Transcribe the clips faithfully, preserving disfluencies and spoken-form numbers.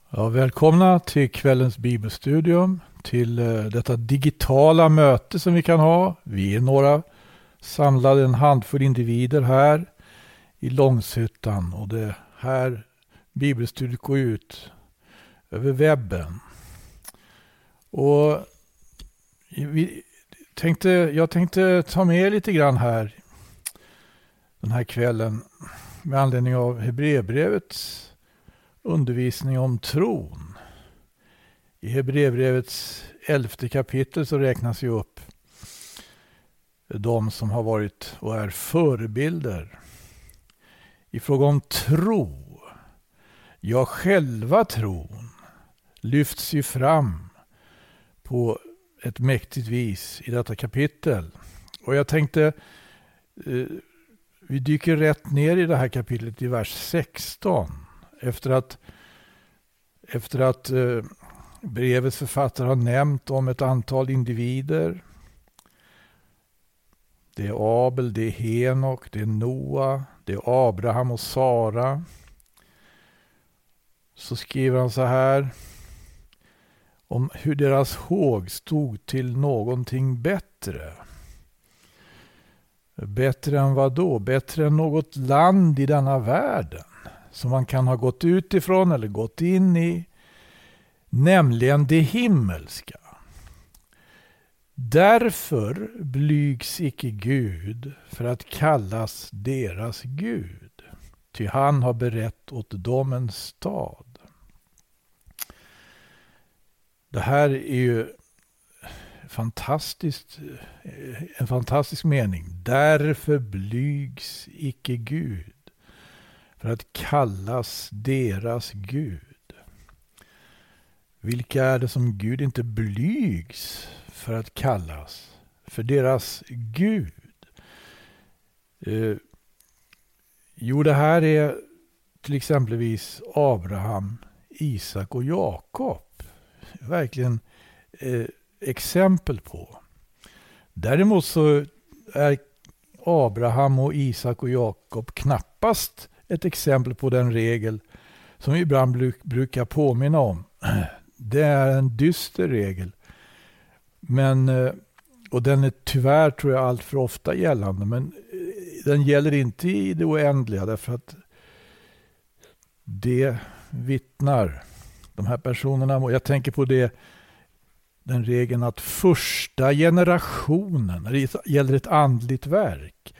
Ja, välkomna till kvällens bibelstudium, till uh, detta digitala möte som vi kan ha. Vi är några samlade, en handfull individer här i Långshyttan, och det här bibelstudiet går ut över webben. Och vi tänkte, jag tänkte ta med lite grann här den här kvällen med anledning av Hebreerbrevets undervisning om tron. I Hebreerbrevets elfte kapitel så räknas ju upp de som har varit och är förebilder i fråga om tro. Ja, själva tron lyfts ju fram på ett mäktigt vis i detta kapitel. Och jag tänkte eh, vi dyker rätt ner i det här kapitlet i vers sexton. Efter att, efter att eh, brevets författare har nämnt om ett antal individer. Det är Abel, det är Henok, det är Noa, det är Abraham och Sara. Så skriver han så här om hur deras håg stod till någonting bättre. Bättre än vad då? Bättre än något land i denna världen som man kan ha gått ut ifrån eller gått in i, nämligen det himmelska. Därför blygs icke Gud för att kallas deras Gud, ty han har berett åt dem en stad. Det här är ju fantastiskt, en fantastisk mening. Därför blygs icke Gud för att kallas deras Gud. Vilka är det som Gud inte blygs för att kallas för deras Gud? Eh, jo, det här är till exempelvis Abraham, Isak och Jakob. Verkligen eh, exempel på. Däremot så är Abraham och Isak och Jakob knappast ett exempel på den regel som vi ibland brukar påminna om. Det är en dyster regel. Men, och den är tyvärr, tror jag, allt för ofta gällande. Men den gäller inte i det oändliga, därför att det vittnar de här personerna. Och jag tänker på det, den regeln att första generationen, när det gäller ett andligt verk,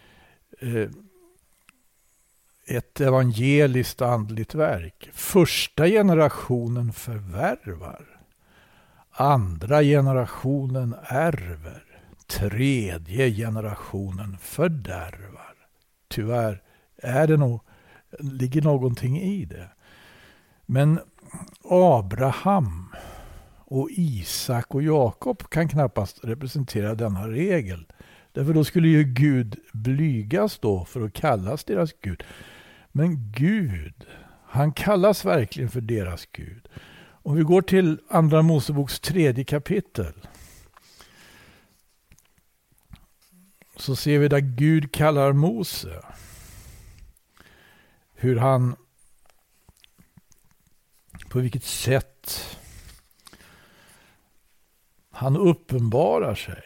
ett evangeliskt andligt verk, första generationen förvärvar, andra generationen ärver, tredje generationen fördärvar. Tyvärr är det nog, ligger någonting i det. Men Abraham och Isak och Jakob kan knappast representera denna regel. Därför då skulle ju Gud blygas då för att kallas deras Gud. Men Gud, han kallas verkligen för deras Gud. Om vi går till andra Moseboks tredje kapitel, så ser vi där Gud kallar Mose. Hur han, på vilket sätt han uppenbarar sig.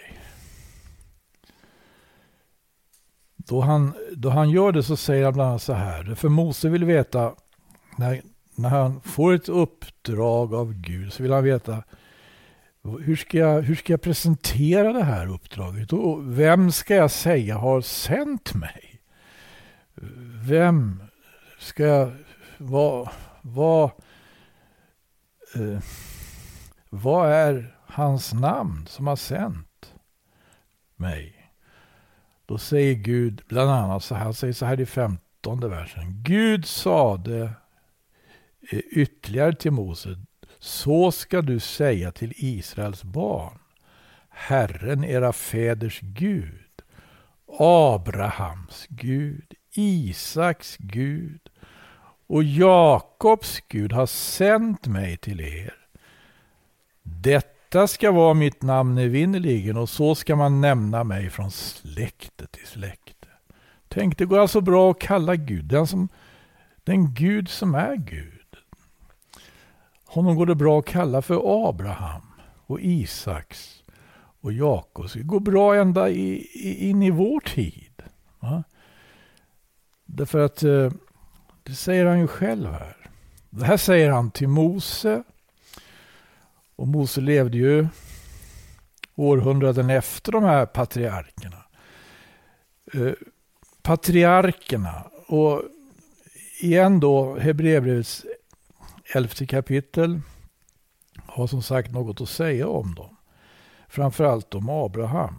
Då han, då han gör det så säger han bland annat så här. För Mose vill veta, när, när han får ett uppdrag av Gud, så vill han veta hur ska jag, hur ska jag presentera det här uppdraget? Och vem ska jag säga har sänt mig? Vem ska jag, vad, vad, eh, vad är hans namn som har sänt mig? Då säger Gud bland annat så här, han säger så här i femtonde versen. Gud sade ytterligare till Mose, så ska du säga till Israels barn, Herren era fäders Gud, Abrahams Gud, Isaks Gud och Jakobs Gud har sänt mig till er. Detta ska vara mitt namn evinnerligen, och så ska man nämna mig från släkte till släkte. Tänk, det går alltså bra att kalla Gud den, som, den Gud som är Gud. Honom går det bra att kalla för Abraham och Isaks och Jakobs. Det går bra ända i, i, in i vår tid. Va? Därför att eh, det säger han ju själv här. Det här säger han till Mose. Och Mose levde ju århundraden efter de här patriarkerna. Eh, patriarkerna och igen då Hebreerbrevets elfte kapitel har som sagt något att säga om dem. Framförallt om Abraham.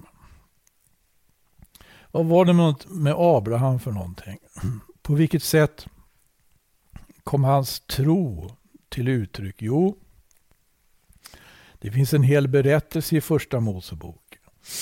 Vad var det med Abraham för någonting? På vilket sätt kom hans tro till uttryck? Jo, det finns en hel berättelse i första Mosebok.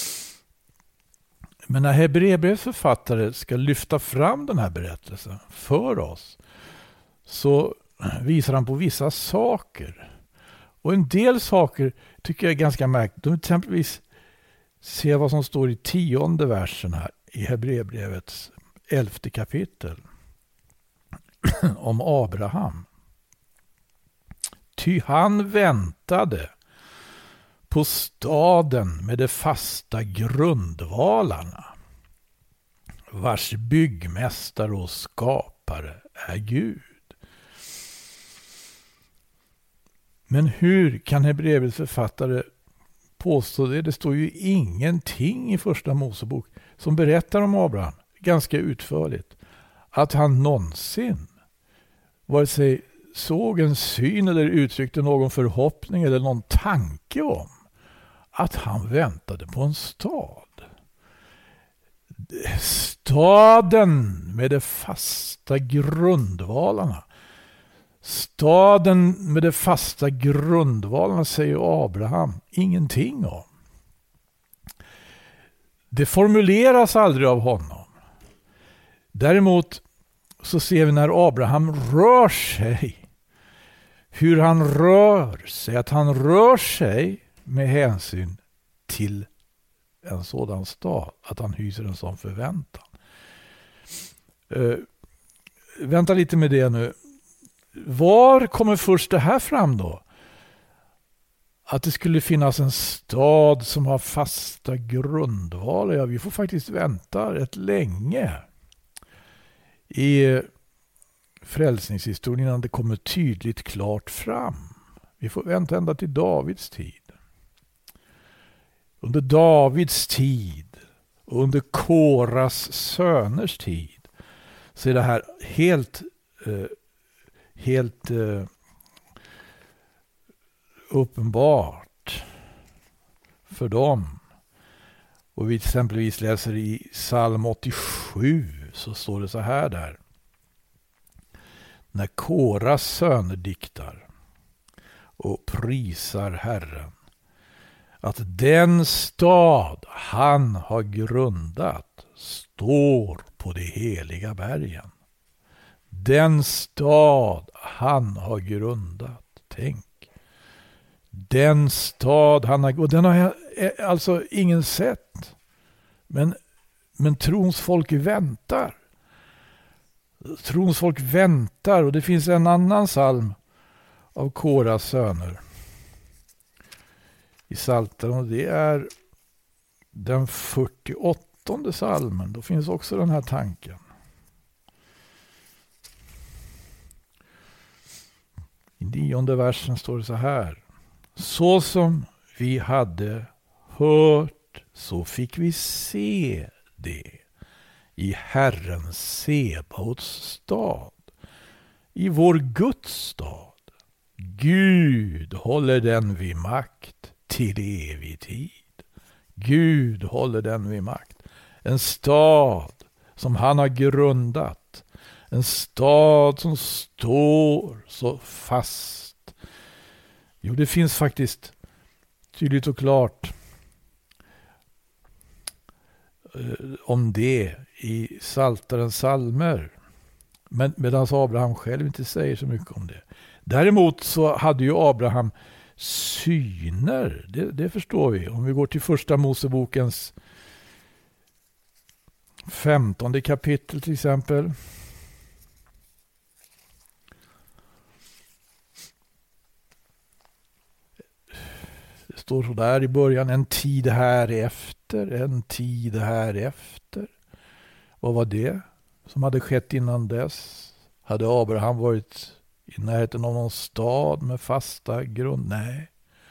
Men när Hebreerbrevets författare ska lyfta fram den här berättelsen för oss så visar han på vissa saker. Och en del saker tycker jag är ganska märkligt. De exempelvis ser vad som står i tionde versen här i Hebreerbrevets elfte kapitel om Abraham. Ty han väntade på staden med de fasta grundvalarna, vars byggmästare och skapare är Gud. Men hur kan Hebreerbrevets författare påstå det? Det står ju ingenting i första Mosebok som berättar om Abraham ganska utförligt. Att han någonsin vare sig såg en syn eller uttryckte någon förhoppning eller någon tanke om att han väntade på en stad. Staden med de fasta grundvalarna. Staden med de fasta grundvalarna säger Abraham ingenting om. Det formuleras aldrig av honom. Däremot så ser vi när Abraham rör sig, hur han rör sig, att han rör sig med hänsyn till en sådan stad, att han hyser en sån förväntan. Uh, vänta lite med det nu. Var kommer först det här fram då? Att det skulle finnas en stad som har fasta grundvalar. Ja, vi får faktiskt vänta rätt länge i frälsningshistorien innan det kommer tydligt klart fram. Vi får vänta ända till Davids tid. Under Davids tid och under Koras söners tid så är det här helt eh, helt eh, uppenbart för dem. Och vi exempelvis läser i psalm åttiosju så står det så här där. När Koras söner diktar och prisar Herren, att den stad han har grundat står på de heliga bergen. Den stad han har grundat. Tänk. Den stad han har... Och den har alltså ingen sett. Men, men trons folk väntar. Trons folk väntar. Och det finns en annan psalm av Koras söner i Psaltaren. Och det är den fyrtioåttonde psalmen. Då finns också den här tanken. I nionde versen står det så här. Så som vi hade hört så fick vi se det i Herrens Sebaots stad. I vår Guds stad. Gud håller den vid makt till evig tid. Gud håller den vid makt. En stad som han har grundat. En stad som står så fast. Jo, det finns faktiskt tydligt och klart eh, om det i Psaltarens psalmer. Men medan Abraham själv inte säger så mycket om det. Däremot så hade ju Abraham syner. Det, det förstår vi. Om vi går till första Mosebokens femtonde kapitel till exempel. Det står så där i början, en tid här efter, en tid här efter. Vad var det som hade skett innan dess? Hade Abraham varit i närheten av någon stad med fasta grund? Nej.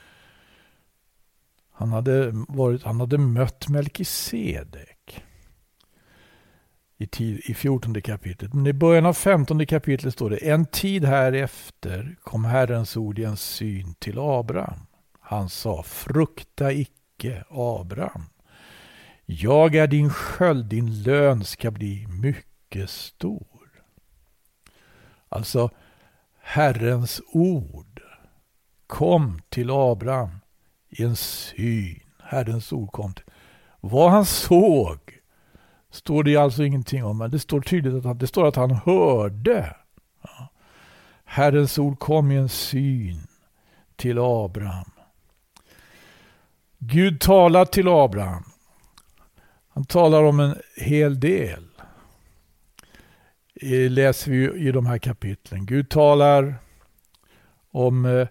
Han hade, varit, han hade mött Melkisedek i, tid, i fjortonde kapitlet. Men i början av femtonde kapitlet står det: en tid här efter kom Herrens ord i en syn till Abraham. Han sa: frukta icke, Abraham. Jag är din sköld, din lön ska bli mycket stor. Alltså, Herrens ord kom till Abraham i en syn. Herrens ord kom till. Vad han såg står det alltså ingenting om, men det står tydligt att han, det står att han hörde. Ja. Herrens ord kom i en syn till Abraham. Gud talar till Abraham. Han talar om en hel del. Det läser vi i de här kapitlen. Gud talar om eh,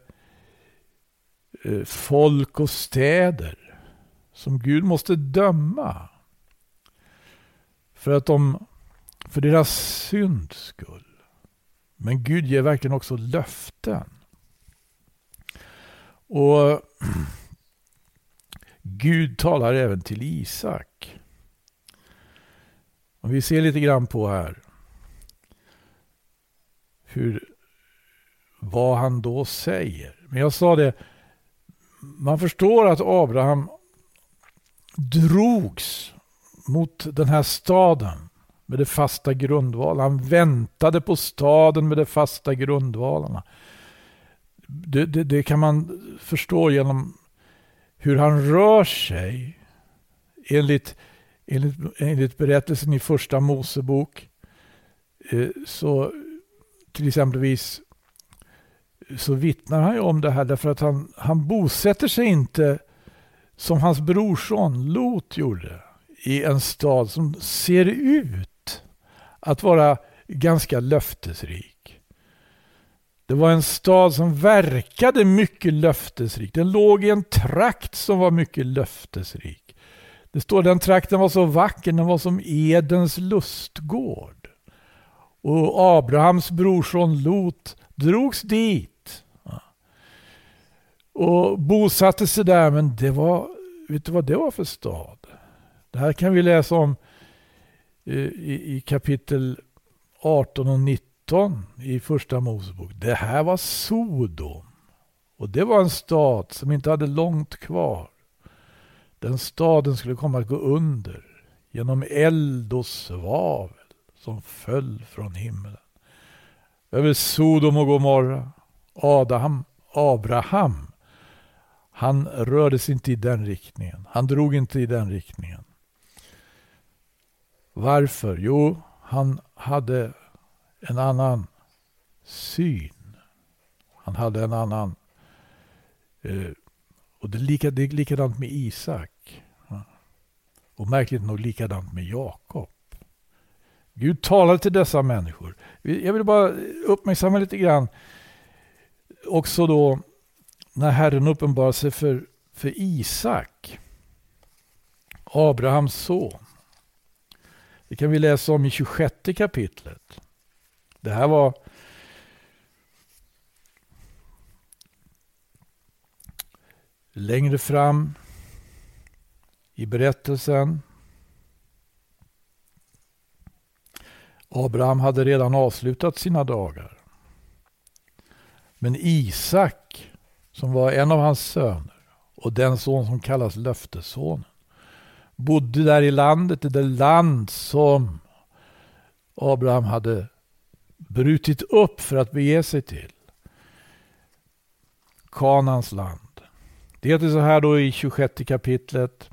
folk och städer som Gud måste döma för att de, för deras synds skull. Men Gud ger verkligen också löften. Och Gud talar även till Isak. Och vi ser lite grann på här hur, vad han då säger. Men jag sa det, man förstår att Abraham drogs mot den här staden med det fasta grundvalarna. Han väntade på staden med de fasta grundvalarna. Det, det, det kan man förstå genom hur han rör sig enligt, enligt, enligt berättelsen i första Mosebok. Eh, så till exempelvis så vittnar han ju om det här därför att han, han bosätter sig inte som hans brorson Lot gjorde i en stad som ser ut att vara ganska löftesrik. Det var en stad som verkade mycket löftesrik. Den låg i en trakt som var mycket löftesrik. Det står den trakten var så vacker, den var som Edens lustgård. Och Abrahams brorson Lot drogs dit och bosatte sig där, men det var, vet du vad det var för stad? Det här kan vi läsa om i, i kapitel arton och nitton i första Mosebok. Det här var Sodom. Och det var en stad som inte hade långt kvar. Den staden skulle komma att gå under genom eld och svavel som föll från himlen. Över Sodom och Gomorra. Adam, Abraham. Han rörde sig inte i den riktningen. Han drog inte i den riktningen. Varför? Jo, han hade en annan syn. Han hade en annan... Eh, och det är, lika, det är likadant med Isak. Och märkligt nog likadant med Jakob. Gud talade till dessa människor. Jag vill bara uppmärksamma lite grann. Också då när Herren uppenbarar sig för, för Isak. Abrahams son. Det kan vi läsa om i tjugosjätte kapitlet. Det här var längre fram i berättelsen. Abraham hade redan avslutat sina dagar. Men Isak, som var en av hans söner och den son som kallas löftessonen, bodde där i landet, i det land som Abraham hade brutit upp för att bege sig till. Kanans land. Det heter så här då i tjugosjätte kapitlet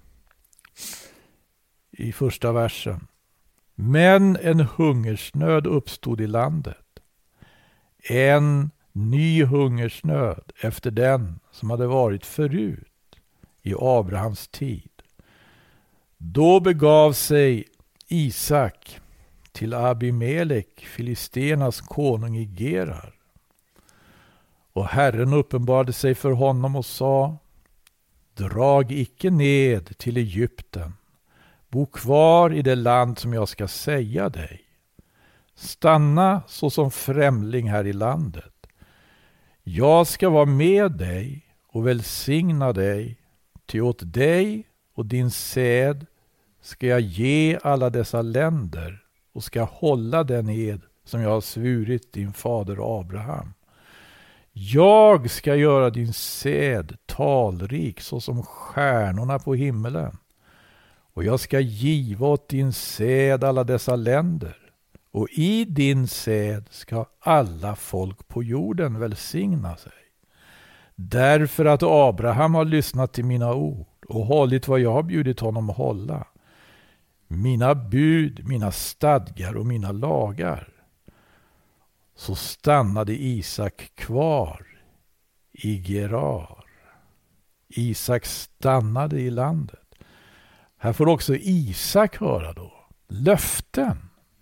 i första versen. Men en hungersnöd uppstod i landet. En ny hungersnöd efter den som hade varit förut i Abrahams tid. Då begav sig Isak till Abimelek, filisternas konung i Gerar. Och Herren uppenbarade sig för honom och sa: drag icke ned till Egypten. Bo kvar i det land som jag ska säga dig. Stanna såsom främling här i landet. Jag ska vara med dig och välsigna dig, ty åt dig och din säd ska jag ge alla dessa länder och ska hålla den ed som jag har svurit din fader Abraham. Jag ska göra din säd talrik såsom stjärnorna på himmelen, och jag ska giva åt din säd alla dessa länder, och i din säd ska alla folk på jorden välsigna sig. Därför att Abraham har lyssnat till mina ord och hållit vad jag har bjudit honom att hålla, mina bud, mina stadgar och mina lagar. Så stannade Isak kvar i Gerar. Isak stannade i landet. Här får också Isak höra då löften.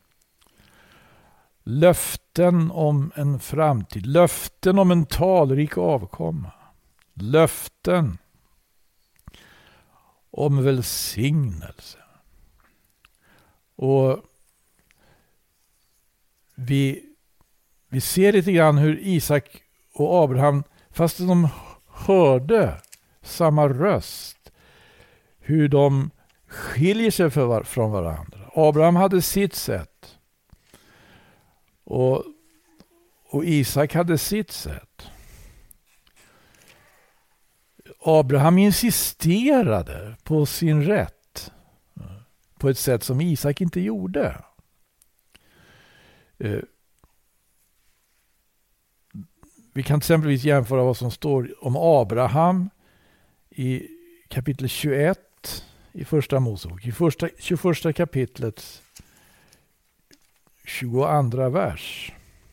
Löften om en framtid. Löften om en talrik avkomma. Löften om välsignelse. Och vi, vi ser lite grann hur Isak och Abraham, fast de hörde samma röst, hur de skiljer sig för, från varandra. Abraham hade sitt sätt. Och, och Isak hade sitt sätt. Abraham insisterade på sin rätt på ett sätt som Isak inte gjorde. Eh, vi kan exempelvis jämföra vad som står om Abraham i kapitel tjugoett i första Mosebok. I första, tjugoförsta kapitlets tjugoandra vers.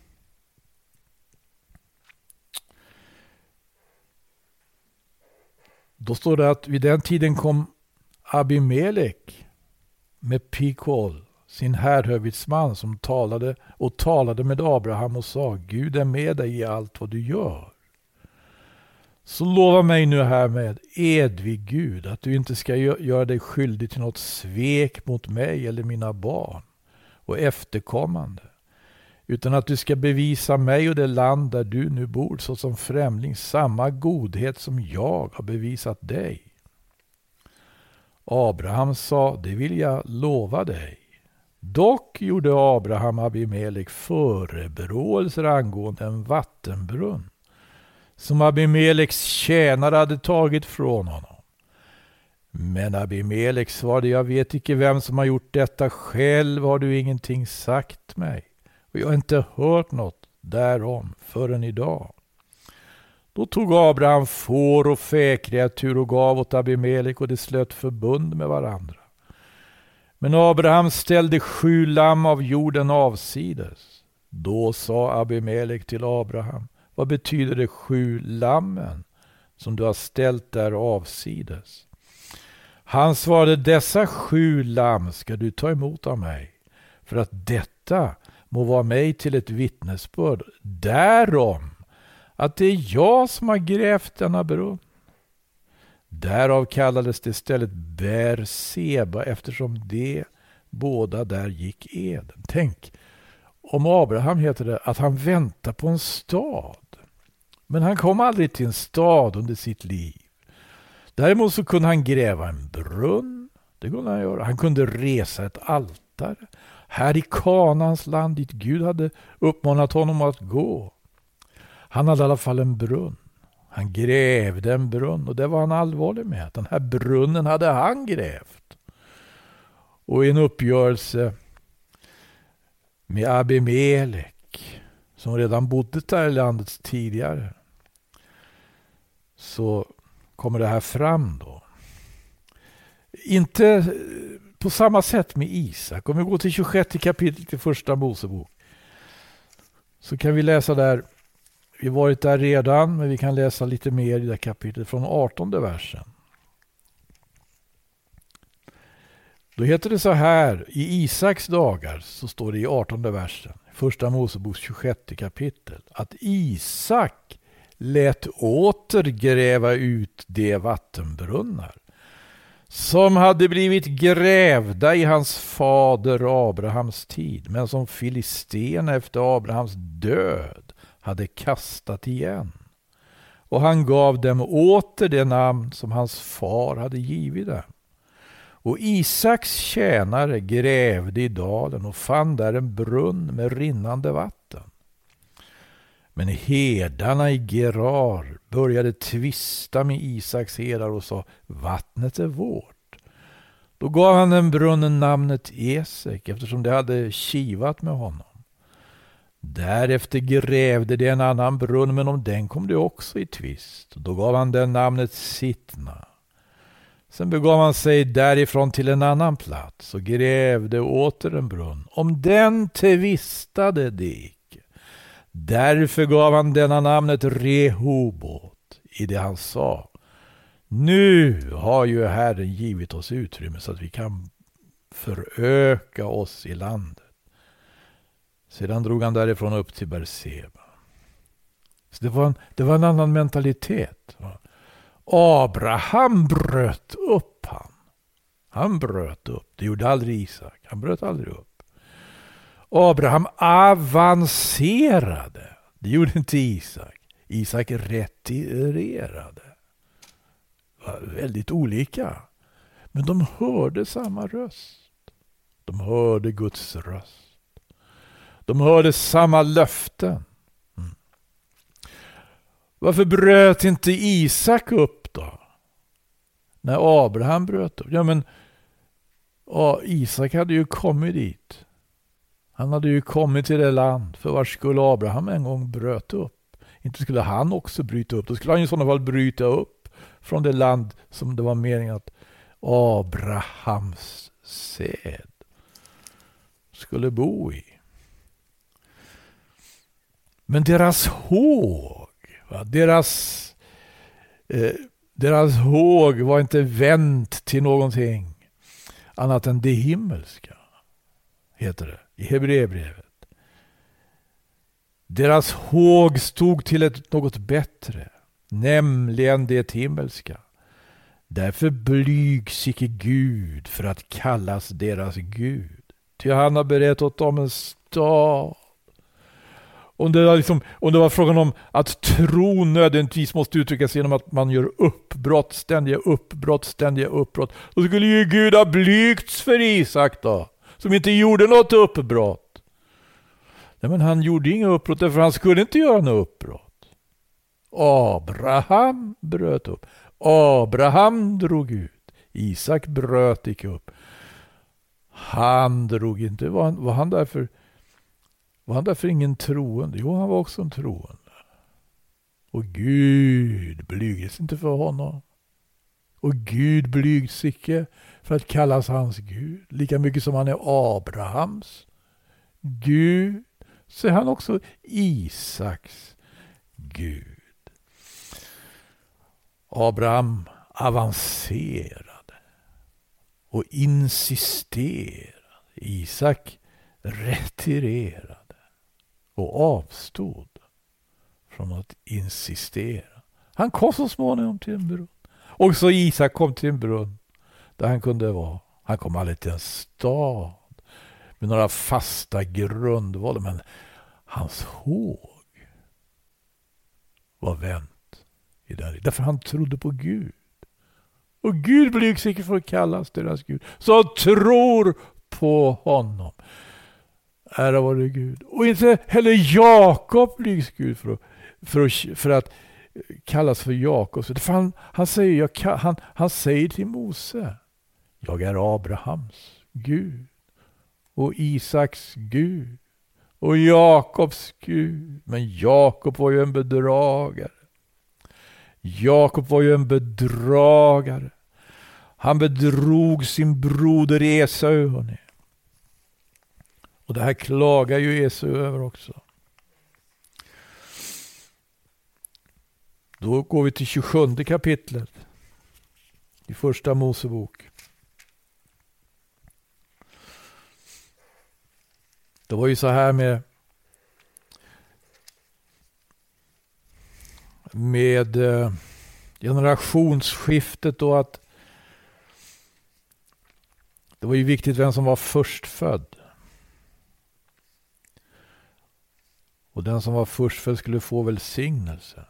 Då står det att vid den tiden kom Abimelek med Pikol, sin härhövitsman, som talade och talade med Abraham och sa: Gud är med dig i allt vad du gör. Så lova mig nu här med ed vid Gud att du inte ska göra dig skyldig till något svek mot mig eller mina barn och efterkommande, utan att du ska bevisa mig och det land där du nu bor såsom främling samma godhet som jag har bevisat dig. Abraham sa: det vill jag lova dig. Dock gjorde Abraham Abimelek förebråelser angående en vattenbrunn som Abimeleks tjänare hade tagit från honom. Men Abimelek svarade: jag vet inte vem som har gjort detta, själv har du ingenting sagt mig, och jag har inte hört något därom förrän idag. Då tog Abraham får och fäkreatur och gav åt Abimelek, och de slöt förbund med varandra. Men Abraham ställde sju lamm av jorden avsides. Då sa Abimelek till Abraham: vad betyder det sju lammen som du har ställt där avsides? Han svarade: dessa sju lamm ska du ta emot av mig, för att detta må vara mig till ett vittnesbörd därom att det är jag som har grävt denna brunn. Därav kallades det istället Berseba, eftersom de båda där gick eden. Tänk om Abraham heter det att han väntar på en stad. Men han kom aldrig till en stad under sitt liv. Däremot så kunde han gräva en brunn. Det kunde han göra. Han kunde resa ett altare här i Kanans land dit Gud hade uppmanat honom att gå. Han hade i alla fall en brunn. Han grävde en brunn, och det var han allvarlig med. Den här brunnen hade han grävt. Och i en uppgörelse med Abimelek, som redan bodde där i landet tidigare, så kommer det här fram då. Inte på samma sätt med Isak. Om vi går till tjugosjätte kapitlet i första Mosebok, så kan vi läsa där. Vi har varit där redan, men vi kan läsa lite mer i det kapitlet från artonde versen. Då heter det så här: i Isaks dagar, så står det i artonde versen, första Moseboks tjugosjätte kapitel, att Isak lät åter gräva ut de vattenbrunnar som hade blivit grävda i hans fader Abrahams tid, men som filisterna efter Abrahams död hade kastat igen. Och han gav dem åter det namn som hans far hade givit dem. Och Isaks tjänare grävde i dalen och fann där en brunn med rinnande vatten. Men herdarna i Gerar började tvista med Isaks herdar och sa: vattnet är vårt. Då gav han den brunnen namnet Esek, eftersom det hade kivat med honom. Därefter grävde det en annan brunn, men om den kom det också i tvist. Då gav han den namnet Sitna. Sen begav han sig därifrån till en annan plats och grävde åter en brunn. Om den tvistade det icke. Därför gav han denna namnet Rehobot, i det han sa: nu har ju Herren givit oss utrymme så att vi kan föröka oss i landet. Sedan drog han därifrån upp till Berseba. Så det var en, det var en annan mentalitet. Abraham bröt upp han. Han bröt upp. Det gjorde aldrig Isak. Han bröt aldrig upp. Abraham avancerade. Det gjorde inte Isak. Isak retirerade. Det var väldigt olika. Men de hörde samma röst. De hörde Guds röst. De hörde samma löften. Mm. Varför bröt inte Isak upp då? När Abraham bröt upp. Ja, men ja, Isak hade ju kommit dit. Han hade ju kommit till det land. För var skulle Abraham en gång bröt upp? Inte skulle han också bryta upp. Då skulle han i sådana fall bryta upp från det land som det var meningen att Abrahams säd skulle bo i. Men deras håg, va? Deras, eh, deras håg var inte vänt till någonting annat än det himmelska, heter det i Hebreerbrevet. Deras håg stod till ett något bättre, nämligen det himmelska. Därför blygs icke Gud för att kallas deras Gud. Ty han har berett åt dem en stad. Om det, var liksom, om det var frågan om att tro nödvändigtvis måste uttryckas genom att man gör uppbrott, ständiga uppbrott, ständiga uppbrott. Då skulle ju Gud ha blygts för Isak då, som inte gjorde något uppbrott. Nej, men han gjorde inga uppbrott därför han skulle inte göra något uppbrott. Abraham bröt upp. Abraham drog ut. Isak bröt icke upp. Han drog inte. Var han, var han därför var han därför ingen troende? Jo, han var också en troende. Och Gud blygdes inte för honom. Och Gud blygs icke för att kallas hans Gud. Lika mycket som han är Abrahams Gud, så är han också Isaks Gud. Abraham avancerade och insisterade. Isak retirerade och avstod från att insistera. Han kom så småningom till en brunn. Och så Isak kom till en brunn där han kunde vara. Han kom aldrig till en stad med några fasta grundvalar, men hans håg var vänt i där. Därför han trodde på Gud. Och Gud blygs icke för att kallas deras Gud. Så tror på honom. Ära vare Gud. Och inte heller Jakob blygs Gud för att, för att, för att kallas för Jakob. För han, han, säger, jag, han, han säger till Mose: jag är Abrahams Gud och Isaks Gud och Jakobs Gud. Men Jakob var ju en bedragare. Jakob var ju en bedragare. Han bedrog sin broder Esau, hörni. Och det här klagar ju Esau över också. Då går vi till tjugosjunde kapitlet i första Mosebok. Det var ju så här med med eh, generationsskiftet och att det var ju viktigt vem som var förstfödd. Och den som var förstfödd skulle få välsignelse.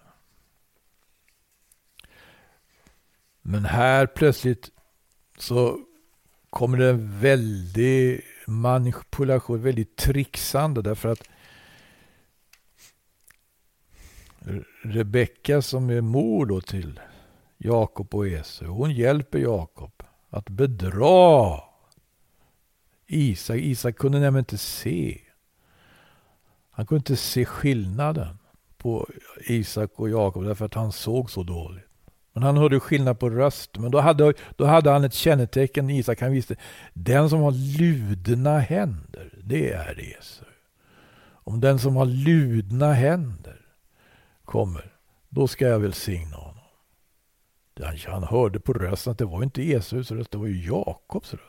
Men här plötsligt så kommer det en väldig manipulation, väldigt trixande, därför att Rebecka som är mor då till Jakob och Esau, hon hjälper Jakob att bedra Isak. Isak kunde nämligen inte se. Han kunde inte se skillnaden på Isak och Jakob därför att han såg så dåligt. Men han hörde skillnad på röst. Men då hade, då hade han ett kännetecken. Isak, han visste, den som har ludna händer, det är Esau. Om den som har ludna händer kommer, då ska jag välsigna honom. Han, han hörde på rösten att det var inte Esaus röst, det var ju Jakobs röst.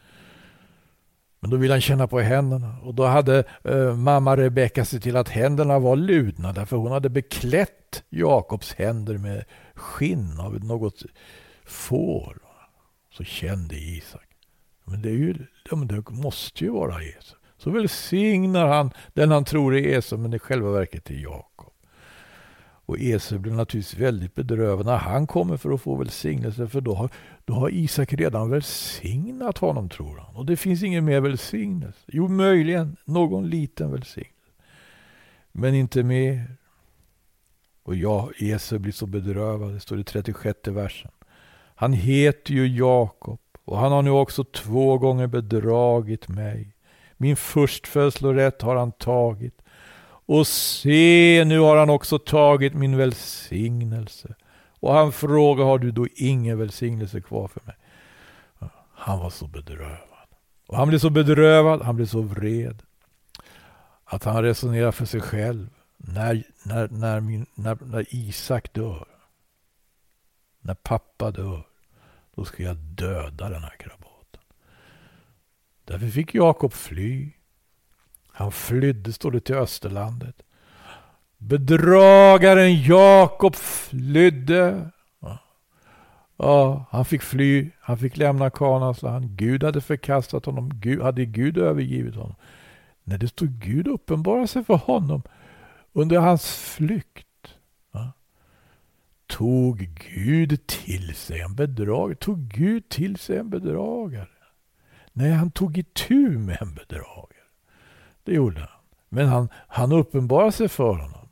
Men då ville han känna på händerna. Och då hade eh, mamma Rebecka sett till att händerna var ludna. Därför hon hade beklätt Jakobs händer med skinn av något får. Så kände Isak. Men det, är ju, det måste ju vara Esau. Så välsignar han den han tror är Esau, men i själva verket är Jakob. Och Esau blir naturligtvis väldigt bedrövad när han kommer för att få välsignelse. För då har, då har Isak redan välsignat honom, tror han. Och det finns ingen mer välsignelse. Jo, möjligen någon liten välsignelse. Men inte mer. Och ja, Esau blir så bedrövad. Det står i trettiosjätte versen. Han heter ju Jakob. Och han har nu också två gånger bedragit mig. Min förstfödslorätt har han tagit. Och se, nu har han också tagit min välsignelse. Och han frågar, har du då ingen välsignelse kvar för mig? Han var så bedrövad. Och han blev så bedrövad, han blev så vred. Att han resonerar för sig själv. När, när, när, min, när, när Isak dör, när pappa dör, då ska jag döda den här krabaten. Därför fick Jakob fly. Han flydde, står det, till Österlandet. Bedragaren Jakob flydde. Ja. ja, han fick fly. Han fick lämna Kanans land. Gud hade förkastat honom. Gud, hade Gud övergivit honom? När det stod Gud uppenbara sig för honom under hans flykt. Ja. Tog Gud till sig en bedragare? Tog Gud till sig en bedragare? Nej, han tog itu med en bedragare. Det gjorde han. Men han, han uppenbarade sig för honom.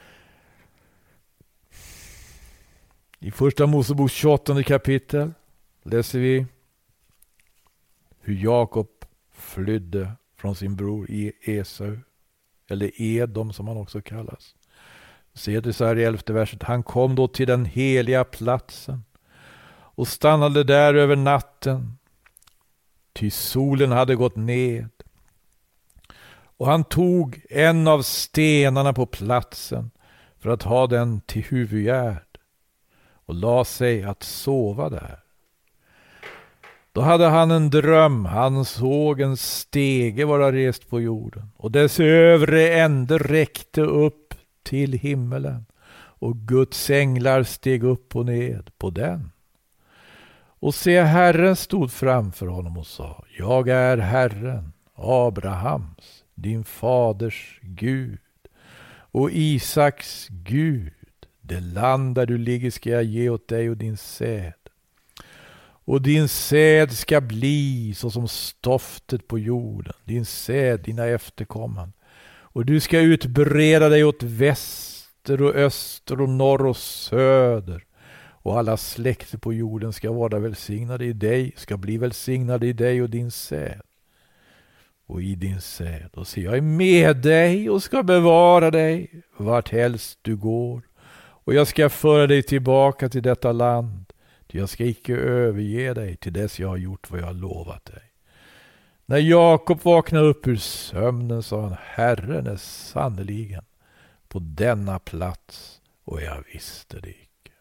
I första Mosebok tjugoåttonde kapitel läser vi hur Jakob flydde från sin bror Esau. Eller Edom som han också kallas. Se det så här i elfte verset. Han kom då till den heliga platsen och stannade där över natten. Ty solen hade gått ned. Och han tog en av stenarna på platsen för att ha den till huvudgärd och la sig att sova där. Då hade han en dröm. Han såg en stege vara rest på jorden och dess övre ände räckte upp till himmelen och Guds änglar steg upp och ned på den. Och se, Herren stod framför honom och sa: jag är Herren, Abrahams, din faders Gud, och Isaks Gud. Det land där du ligger ska jag ge åt dig och din säd. Och din säd ska bli så som stoftet på jorden, din säd, dina efterkommande. Och du ska utbreda dig åt väster och öster och norr och söder. Och alla släkter på jorden ska vara välsignade i dig, ska bli välsignade i dig och din säd. Och i din säd. Och se, jag är med dig och ska bevara dig vart helst du går. Och jag ska föra dig tillbaka till detta land. Ty jag ska icke överge dig till dess jag har gjort vad jag har lovat dig. När Jakob vaknade upp ur sömnen sa han: Herren är sannoliken på denna plats, och jag visste det icke.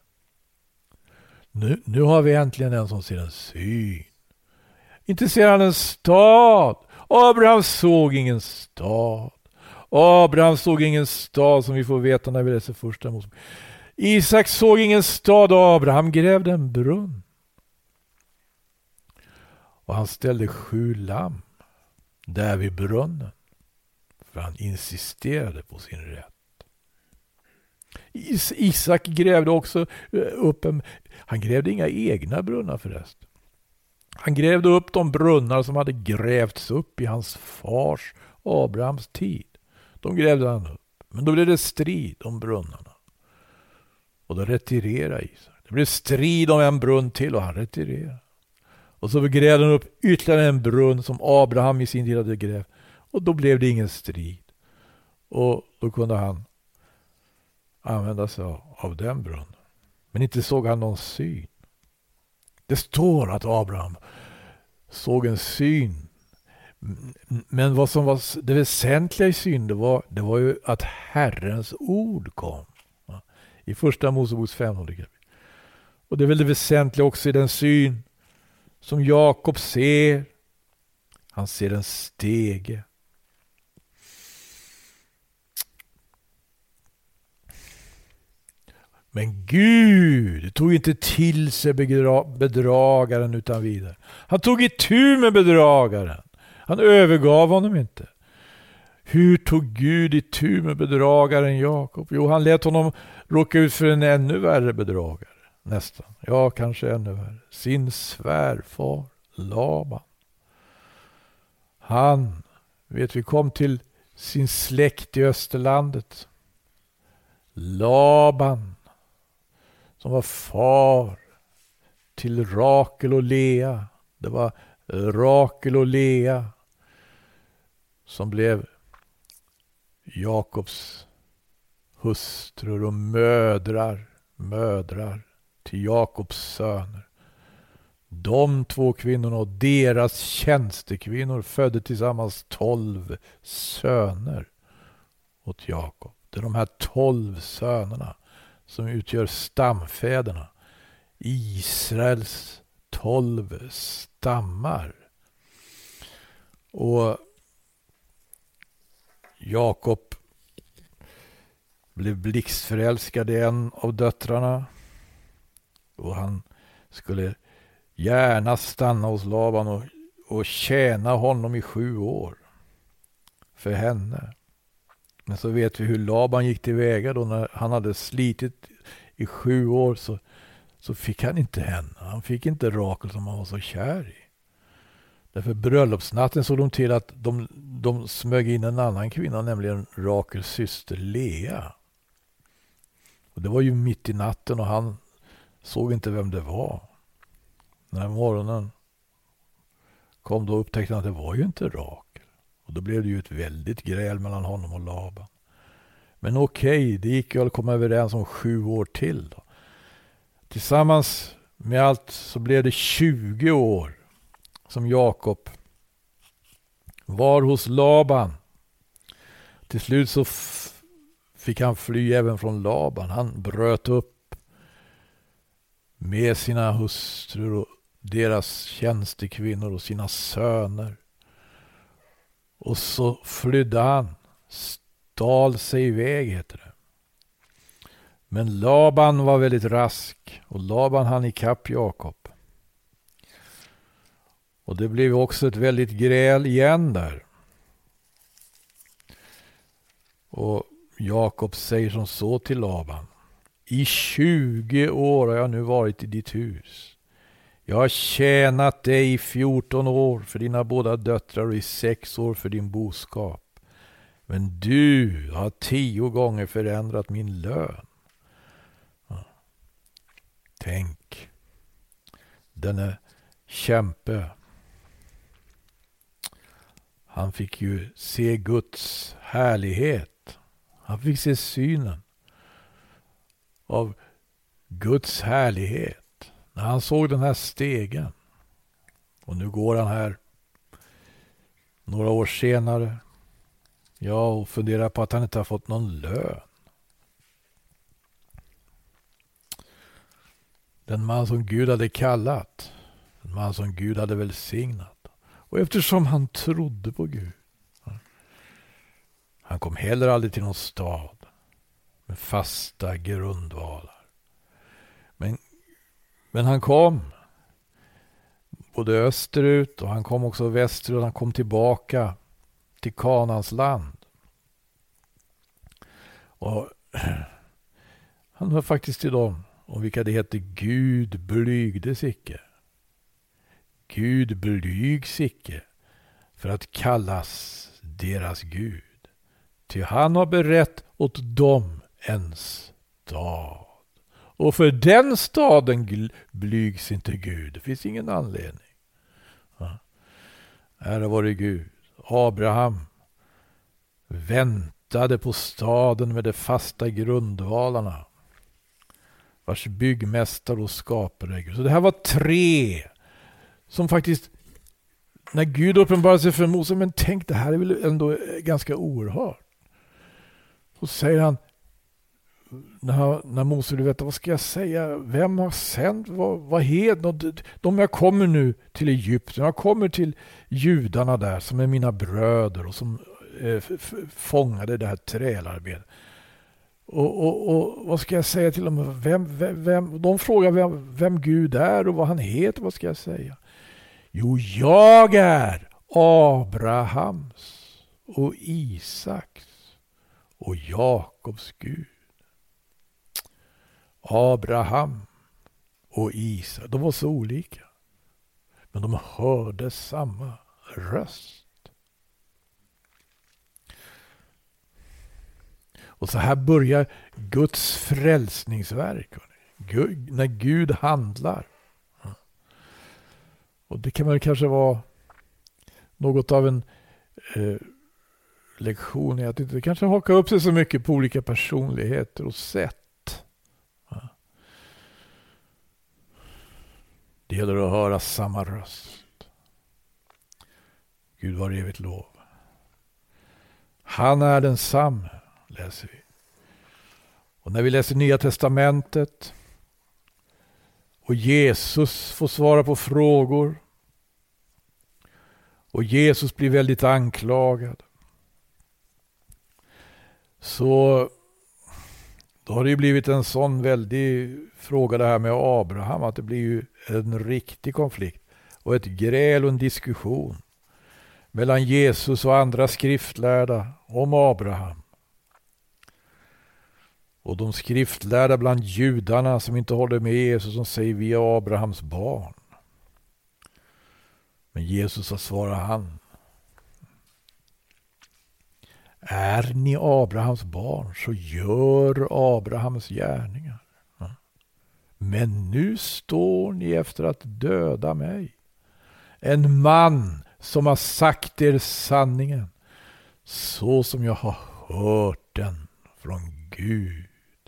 Nu, nu har vi äntligen en som ser en syn. Inte ser han en stad. Abraham såg ingen stad. Abraham såg ingen stad, som vi får veta när vi läser första Mosebok. Isak såg ingen stad och Abraham grävde en brunn. Och han ställde sju lamm där vid brunnen. För han insisterade på sin rätt. Is- Isak grävde också upp en... Han grävde inga egna brunnar förresten. Han grävde upp de brunnar som hade grävts upp i hans fars Abrahams tid. De grävde han upp. Men då blev det strid om brunnarna. Och då retirerade Isak. Det blev strid om en brunn till och han retirerade. Och så grävde han upp ytterligare en brunn som Abraham i sin tid hade grävt. Och då blev det ingen strid. Och då kunde han använda sig av, av den brunnen. Men inte såg han någon syn. Det står att Abraham såg en syn. Men vad som var det väsentliga i syn, det var, det var ju att Herrens ord kom. I första Moseboks femtonde kapitel. Och det är väl det väsentliga också i den syn som Jakob ser. Han ser en stege. Men Gud tog inte till sig bedra- bedragaren utan vidare. Han tog itu med bedragaren. Han övergav honom inte. Hur tog Gud itu med bedragaren Jakob? Jo, han lät honom råka ut för en ännu värre bedragare. Nästan. Ja, kanske ännu värre. Sin svärfar Laban. Han, vet vi, kom till sin släkt i Österlandet. Laban, som var far till Rakel och Lea. Det var Rakel och Lea som blev Jakobs hustrur och mödrar, mödrar till Jakobs söner. De två kvinnorna och deras tjänstekvinnor födde tillsammans tolv söner åt Jakob. Det är de här tolv sönerna som utgör stamfäderna. Israels tolv stammar. Och Jakob blev blixtförälskad i en av döttrarna. Och han skulle gärna stanna hos Laban och, och tjäna honom i sju år för henne. Men så vet vi hur Laban gick tillväga då när han hade slitit i sju år så, så fick han inte henne. Han fick inte Rakel som han var så kär i. Därför bröllopsnatten såg de till att de, de smög in en annan kvinna, nämligen Rakels syster Lea. Och det var ju mitt i natten och han såg inte vem det var. När morgonen kom då upptäckte han att det var ju inte Rakel. Och då blev det ju ett väldigt gräl mellan honom och Laban. Men okej, det gick ju att komma överens om sju år till då. Tillsammans med allt så blev det tjugo år som Jakob var hos Laban. Till slut så f- fick han fly även från Laban. Han bröt upp med sina hustrur och deras tjänstekvinnor och sina söner. Och så flydde han, stal sig iväg heter det. Men Laban var väldigt rask och Laban hann ikapp Jakob. Och det blev också ett väldigt gräl igen där. Och Jakob säger som så till Laban: i tjugo år har jag nu varit i ditt hus. Jag har tjänat dig i fjorton år för dina båda döttrar och i sex år för din boskap. Men du har tio gånger förändrat min lön. Ja. Tänk, denne kämpe. Han fick ju se Guds härlighet. Han fick se synen av Guds härlighet. När han såg den här stegen. Och nu går han här några år senare. Ja, och funderar på att han inte har fått någon lön. Den man som Gud hade kallat. Den man som Gud hade välsignat. Och eftersom han trodde på Gud. Han kom heller aldrig till någon stad. med fasta grundvalar. Men, men han kom både österut och han kom också västerut. Han kom tillbaka till Kanans land. Och han hör faktiskt till dem om vilka det heter Gud blygdes icke. Gud blygs icke för att kallas deras Gud. Ty han har berett åt dem en stad. Och för den staden blygs inte Gud. Det finns ingen anledning. Ja. Ära vare Gud. Abraham väntade på staden med de fasta grundvalarna, vars byggmästare och skapare är Gud. Så det här var tre som faktiskt, när Gud uppenbarar sig för Mose, men tänk, det här är väl ändå ganska oerhört. Så säger han, när, när Mose vill veta, vad ska jag säga? Vem har sänt? Vad, vad heter de? Jag kommer nu till Egypten. Jag kommer till judarna där som är mina bröder och som eh, f- fångade det här trälarbetet. Och, och, och vad ska jag säga till dem? Vem, vem, vem, de frågar vem, vem Gud är och vad han heter. Vad ska jag säga? Jo, jag är Abrahams och Isaks och Jakobs Gud. Abraham och Isak, de var så olika. Men de hörde samma röst. Och så här börjar Guds frälsningsverk. Gud, när Gud handlar. Och det kan väl kanske vara något av en eh, lektion i att inte kanske haka upp sig så mycket på olika personligheter och sätt. Ja. Det gäller att höra samma röst. Gud var evigt lov. Han är densamme, läser vi. Och när vi läser Nya testamentet och Jesus får svara på frågor och Jesus blir väldigt anklagad, så då har det ju blivit en sån väldig fråga det här med Abraham, att det blir ju en riktig konflikt och ett gräl och en diskussion mellan Jesus och andra skriftlärda om Abraham. Och de skriftlärda bland judarna som inte håller med Jesus, som säger vi är Abrahams barn. Men Jesus har svarat han: är ni Abrahams barn så gör Abrahams gärningar. Men nu står ni efter att döda mig. En man som har sagt er sanningen, så som jag har hört den från Gud.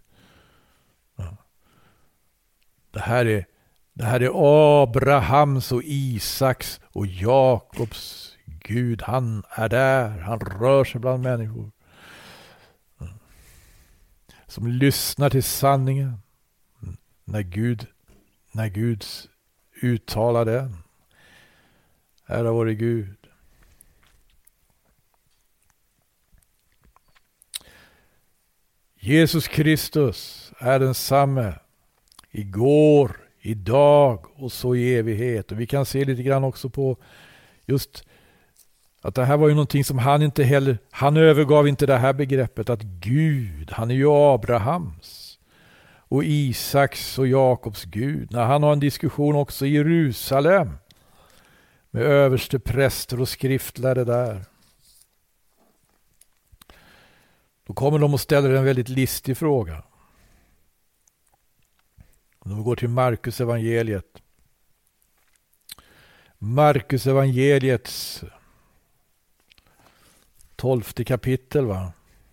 Det här är, det här är Abrahams och Isaks och Jakobs Gud. Han är där. Han rör sig bland människor som lyssnar till sanningen när Gud, när Gud uttalar den. Ära vare Gud. Jesus Kristus är densamme igår, idag och så i evighet. Och vi kan se lite grann också på just att det här var ju någonting som han inte heller, han övergav inte det här begreppet att Gud, han är ju Abrahams och Isaks och Jakobs Gud. När han har en diskussion också i Jerusalem med överste präster och skriftlärde där, då kommer de och ställer en väldigt listig fråga. Om vi går till Markus evangeliet. Markus evangeliets tolfte kapitel, va?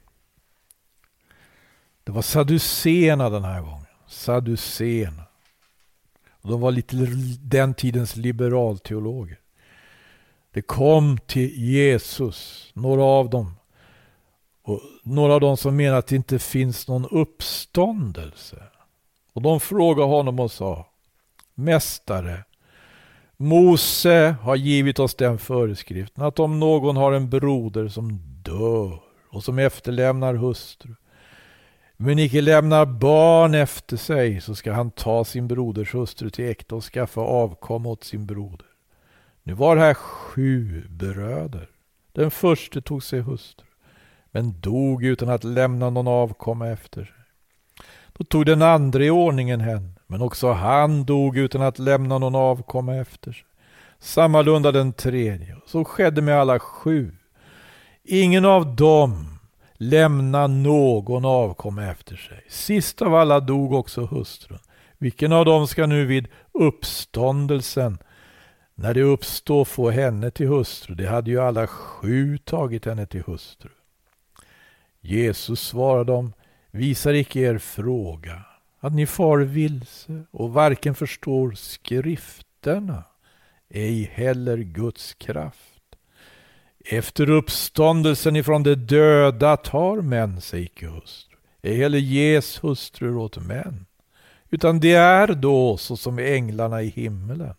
Det var sadduceerna den här gången. Sadduceerna. De var lite den tidens liberalteologer. Det kom till Jesus, några av dem. Och några av dem som menar att det inte finns någon uppståndelse. Och de frågade honom och sa: Mästare, Mose har givit oss den föreskriften att om någon har en broder som dör och som efterlämnar hustru, men icke lämnar barn efter sig, så ska han ta sin broders hustru till äkta och skaffa avkomma åt sin broder. Nu var det här sju bröder. Den första tog sig hustru, men dog utan att lämna någon avkomma efter sig. Då tog den andra i ordningen hen, men också han dog utan att lämna någon avkomma efter sig. Sammalunda den tredje. Så skedde med alla sju. Ingen av dem lämnade någon avkomma efter sig. Sist av alla dog också hustrun. Vilken av dem ska nu vid uppståndelsen, när det uppstår, få henne till hustru? Det hade ju alla sju tagit henne till hustru. Jesus svarade dem: visar icke er fråga att ni far vilse och varken förstår skrifterna, ej heller Guds kraft? Efter uppståndelsen ifrån de döda tar män sig icke hustru, ej heller ges hustrur åt män, utan det är då så som änglarna i himmelen.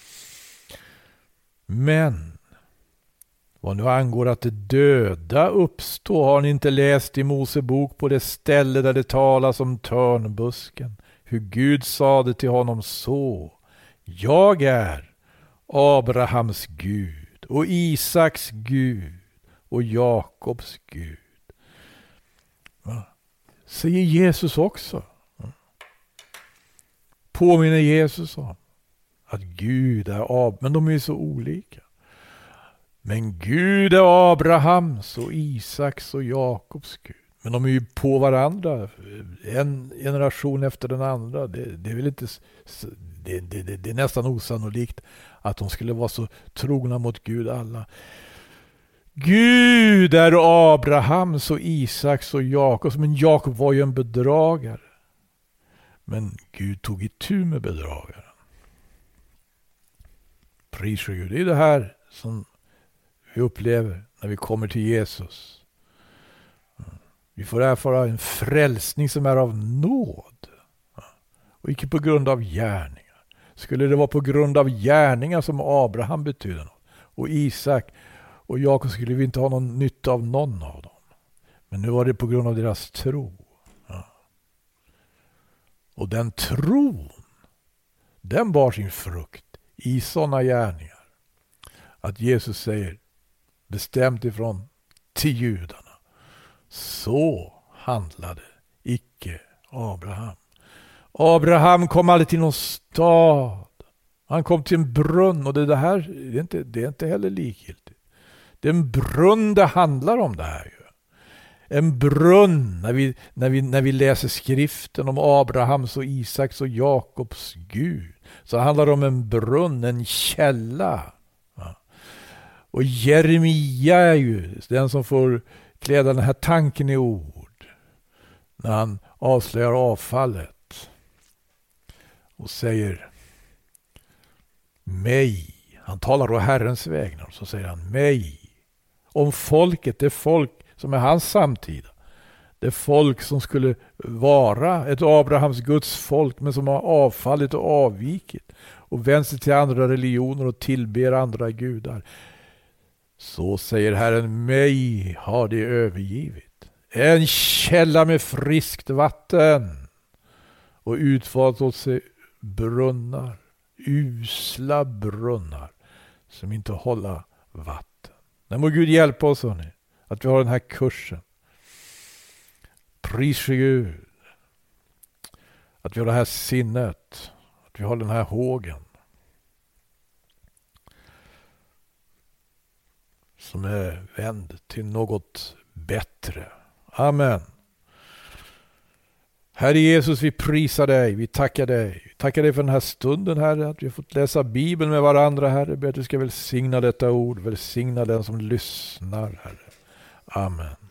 Men vad nu angår att de döda uppstår, har ni inte läst i Mosebok på det ställe där det talas om törnbusken, hur Gud sade till honom så: jag är Abrahams Gud och Isaks Gud och Jakobs Gud. Va? Säger Jesus också. Påminner Jesus om att Gud är Ab, men de är så olika. Men Gud är Abrahams och Isaks och Jakobs Gud. Men de är ju på varandra, en generation efter den andra. Det, det är väl inte, det, det, det, det är nästan osannolikt att de skulle vara så trogna mot Gud alla. Gud är Abrahams och Isaks och Jakobs, men Jakob var ju en bedragare. Men Gud tog itu med bedragaren. Pris för Gud. Det är det här som vi upplever när vi kommer till Jesus. Vi får erfara en frälsning som är av nåd och inte på grund av gärningar. Skulle det vara på grund av gärningar som Abraham betyder något, och Isak och Jakob, skulle vi inte ha någon nytta av någon av dem. Men nu var det på grund av deras tro. Och den tron, den bar sin frukt i sådana gärningar att Jesus säger bestämt ifrån till judarna: så handlade icke Abraham. Abraham kom aldrig till någon stad. Han kom till en brunn, och det, det här det är, inte, det är inte heller likgiltigt. Det är en brunn det handlar om det här ju. En brunn, när vi, när, vi, när vi läser skriften om Abrahams och Isaks och Jakobs Gud, så handlar det om en brunn, en källa. Ja. Och Jeremia är ju den som får kläda den här tanken i ord när han avslöjar avfallet och säger mig. Han talar då Herrens vägnar, så säger han mig. Om folket, det folk som är hans samtida. Det folk som skulle vara ett Abrahams Guds folk, men som har avfallit och avvikit och vänt sig till andra religioner och tillber andra gudar. Så säger Herren, mig har de övergivit. En källa med friskt vatten och utvalt åt sig brunnar, usla brunnar som inte håller vatten. Nu må Gud hjälpa oss, hörni, att vi har den här kursen. Pris för Gud. Att vi har det här sinnet. Att vi har den här hågen. Som är vänd till något bättre. Amen. Herre Jesus, vi prisar dig. Vi tackar dig. Vi tackar dig för den här stunden, Herre. Att vi har fått läsa Bibeln med varandra, Herre. Ber att du ska välsigna detta ord. Välsigna den som lyssnar, Herre. Amen.